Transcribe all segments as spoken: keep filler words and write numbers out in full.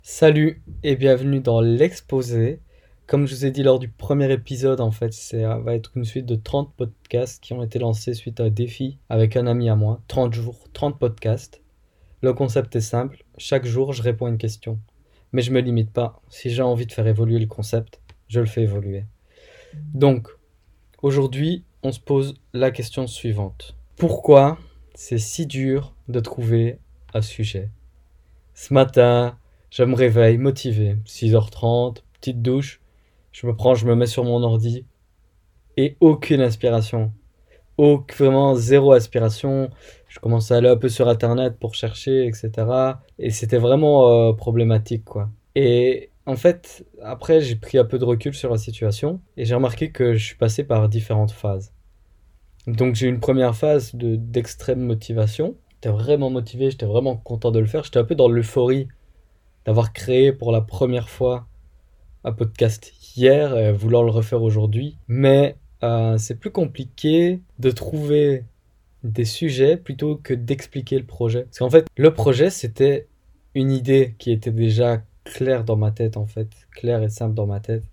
Salut et bienvenue dans l'exposé. Comme je vous ai dit lors du premier épisode, en fait, c'est euh, va être une suite de trente podcasts qui ont été lancés suite à un défi avec un ami à moi. trente jours, trente podcasts. Le concept est simple, chaque jour je réponds à une question. Mais je me limite pas. Si j'ai envie de faire évoluer le concept, je le fais évoluer. Donc, aujourd'hui, on se pose la question suivante. Pourquoi c'est si dur de trouver un sujet? Ce matin, je me réveille motivé, six heures trente, petite douche, je me prends, je me mets sur mon ordi et aucune inspiration. Aucun, vraiment zéro inspiration. Je commence à aller un peu sur internet pour chercher, et cetera. Et c'était vraiment euh, problématique, quoi. Et en fait, après, j'ai pris un peu de recul sur la situation et j'ai remarqué que je suis passé par différentes phases. Donc j'ai eu une première phase de, d'extrême motivation. J'étais vraiment motivé, j'étais vraiment content de le faire. J'étais un peu dans l'euphorie d'avoir créé pour la première fois un podcast hier et vouloir le refaire aujourd'hui. Mais euh, c'est plus compliqué de trouver des sujets plutôt que d'expliquer le projet. Parce qu'en fait, le projet, c'était une idée qui était déjà claire dans ma tête, en fait. Claire et simple dans ma tête.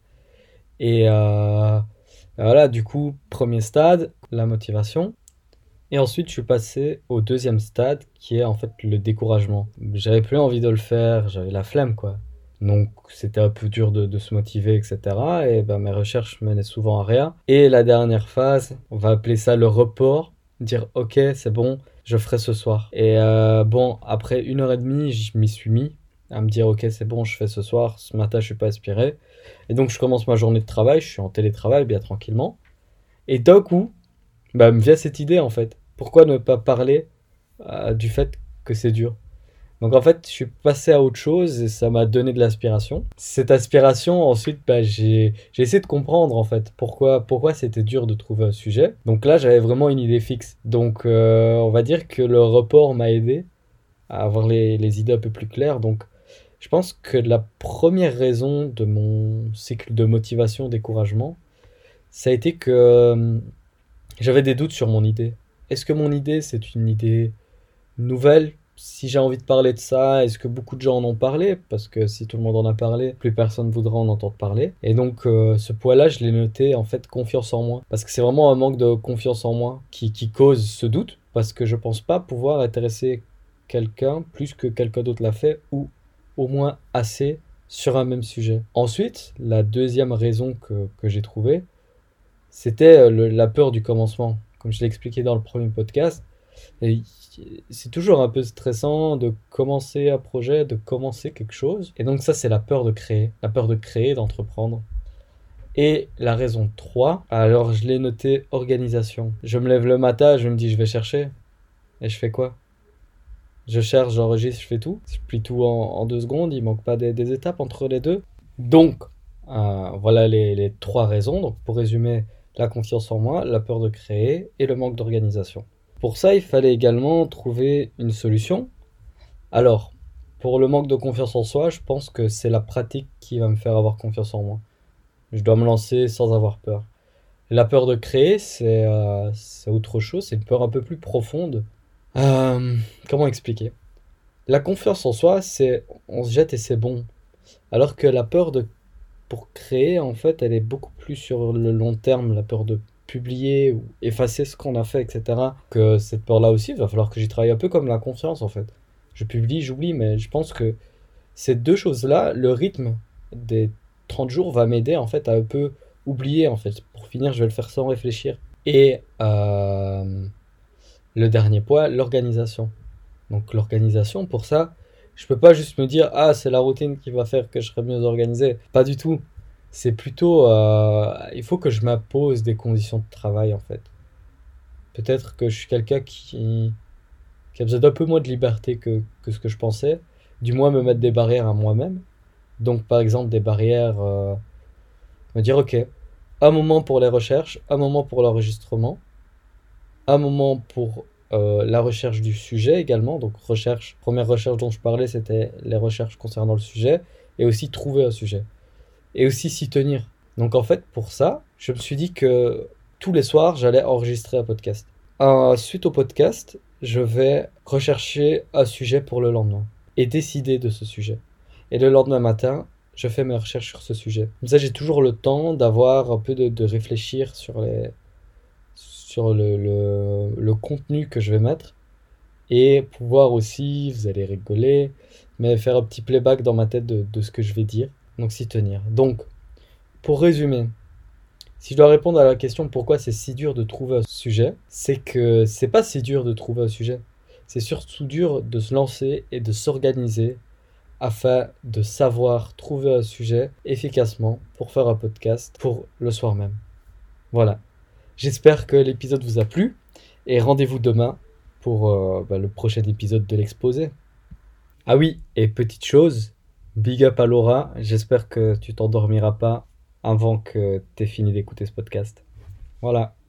Et euh, voilà, du coup, premier stade, la motivation. Et ensuite, je suis passé au deuxième stade, qui est en fait le découragement. J'avais plus envie de le faire, j'avais la flemme, quoi. Donc, c'était un peu dur de, de se motiver, et cetera. Et ben, mes recherches menaient souvent à rien. Et la dernière phase, on va appeler ça le report. Dire, ok, c'est bon, je ferai ce soir. Et euh, bon, après une heure et demie, je m'y suis mis à me dire, ok, c'est bon, je fais ce soir. Ce matin, je suis pas inspiré. Et donc, je commence ma journée de travail, je suis en télétravail, bien tranquillement. Et d'un coup, bah, me vient cette idée en fait. Pourquoi ne pas parler euh, du fait que c'est dur? Donc en fait, je suis passé à autre chose et ça m'a donné de l'inspiration. Cette aspiration, ensuite, bah, j'ai, j'ai essayé de comprendre en fait pourquoi, pourquoi c'était dur de trouver un sujet. Donc là, j'avais vraiment une idée fixe. Donc euh, on va dire que le report m'a aidé à avoir les, les idées un peu plus claires. Donc je pense que la première raison de mon cycle de motivation, découragement, ça a été que euh, j'avais des doutes sur mon idée. Est-ce que mon idée, c'est une idée nouvelle? Si j'ai envie de parler de ça, est-ce que beaucoup de gens en ont parlé? Parce que si tout le monde en a parlé, plus personne voudra en entendre parler. Et donc, euh, ce poids-là, je l'ai noté, en fait, confiance en moi. Parce que c'est vraiment un manque de confiance en moi qui, qui cause ce doute. Parce que je pense pas pouvoir intéresser quelqu'un plus que quelqu'un d'autre l'a fait, ou au moins assez sur un même sujet. Ensuite, la deuxième raison que, que j'ai trouvée, c'était euh, le- la peur du commencement. Comme je l'ai expliqué dans le premier podcast, et c'est toujours un peu stressant de commencer un projet, de commencer quelque chose. Et donc ça, c'est la peur de créer, la peur de créer, d'entreprendre. Et la raison trois, alors je l'ai noté organisation. Je me lève le matin, je me dis je vais chercher. Et je fais quoi? Je cherche, j'enregistre, je fais tout. Je plie tout en, en deux secondes, il manque pas des, des étapes entre les deux. Donc, euh, voilà les, les trois raisons. Donc, pour résumer, la confiance en moi, la peur de créer et le manque d'organisation. Pour ça, il fallait également trouver une solution. Alors, pour le manque de confiance en soi, je pense que c'est la pratique qui va me faire avoir confiance en moi. Je dois me lancer sans avoir peur. La peur de créer, c'est euh, c'est autre chose, c'est une peur un peu plus profonde. Euh, comment expliquer? La confiance en soi, c'est on se jette et c'est bon. Alors que la peur de pour créer, en fait, elle est beaucoup plus sur le long terme, la peur de publier ou effacer ce qu'on a fait, et cetera. Que cette peur-là aussi, il va falloir que j'y travaille un peu comme la confiance, en fait. Je publie, j'oublie, mais je pense que ces deux choses-là, le rythme des trente jours va m'aider, en fait, à un peu oublier, en fait. Pour finir, je vais le faire sans réfléchir. Et euh, le dernier point, l'organisation. Donc l'organisation, pour ça, je peux pas juste me dire ah c'est la routine qui va faire que je serai mieux organisé. Pas du tout. C'est plutôt euh, il faut que je m'impose des conditions de travail en fait. Peut-être que je suis quelqu'un qui, qui a besoin d'un peu moins de liberté que, que ce que je pensais. Du moins me mettre des barrières à moi-même. Donc par exemple des barrières, euh, me dire ok, un moment pour les recherches, un moment pour l'enregistrement, un moment pour euh, la recherche du sujet également. Donc recherche, première recherche dont je parlais, c'était les recherches concernant le sujet, et aussi trouver un sujet, et aussi s'y tenir. Donc en fait, pour ça, je me suis dit que tous les soirs, j'allais enregistrer un podcast. Euh, suite au podcast, je vais rechercher un sujet pour le lendemain, et décider de ce sujet. Et le lendemain matin, je fais mes recherches sur ce sujet. Comme ça, j'ai toujours le temps d'avoir un peu de, de réfléchir sur, les, sur le, le, le contenu que je vais mettre et pouvoir aussi, vous allez rigoler, mais faire un petit playback dans ma tête de, de ce que je vais dire. Donc, s'y tenir. Donc, pour résumer, si je dois répondre à la question pourquoi c'est si dur de trouver un sujet, c'est que c'est pas si dur de trouver un sujet. C'est surtout dur de se lancer et de s'organiser afin de savoir trouver un sujet efficacement pour faire un podcast pour le soir même. Voilà. J'espère que l'épisode vous a plu et rendez-vous demain pour euh, bah, le prochain épisode de l'exposé. Ah oui, et petite chose, big up à Laura, j'espère que tu t'endormiras pas avant que t'aies fini d'écouter ce podcast. Voilà.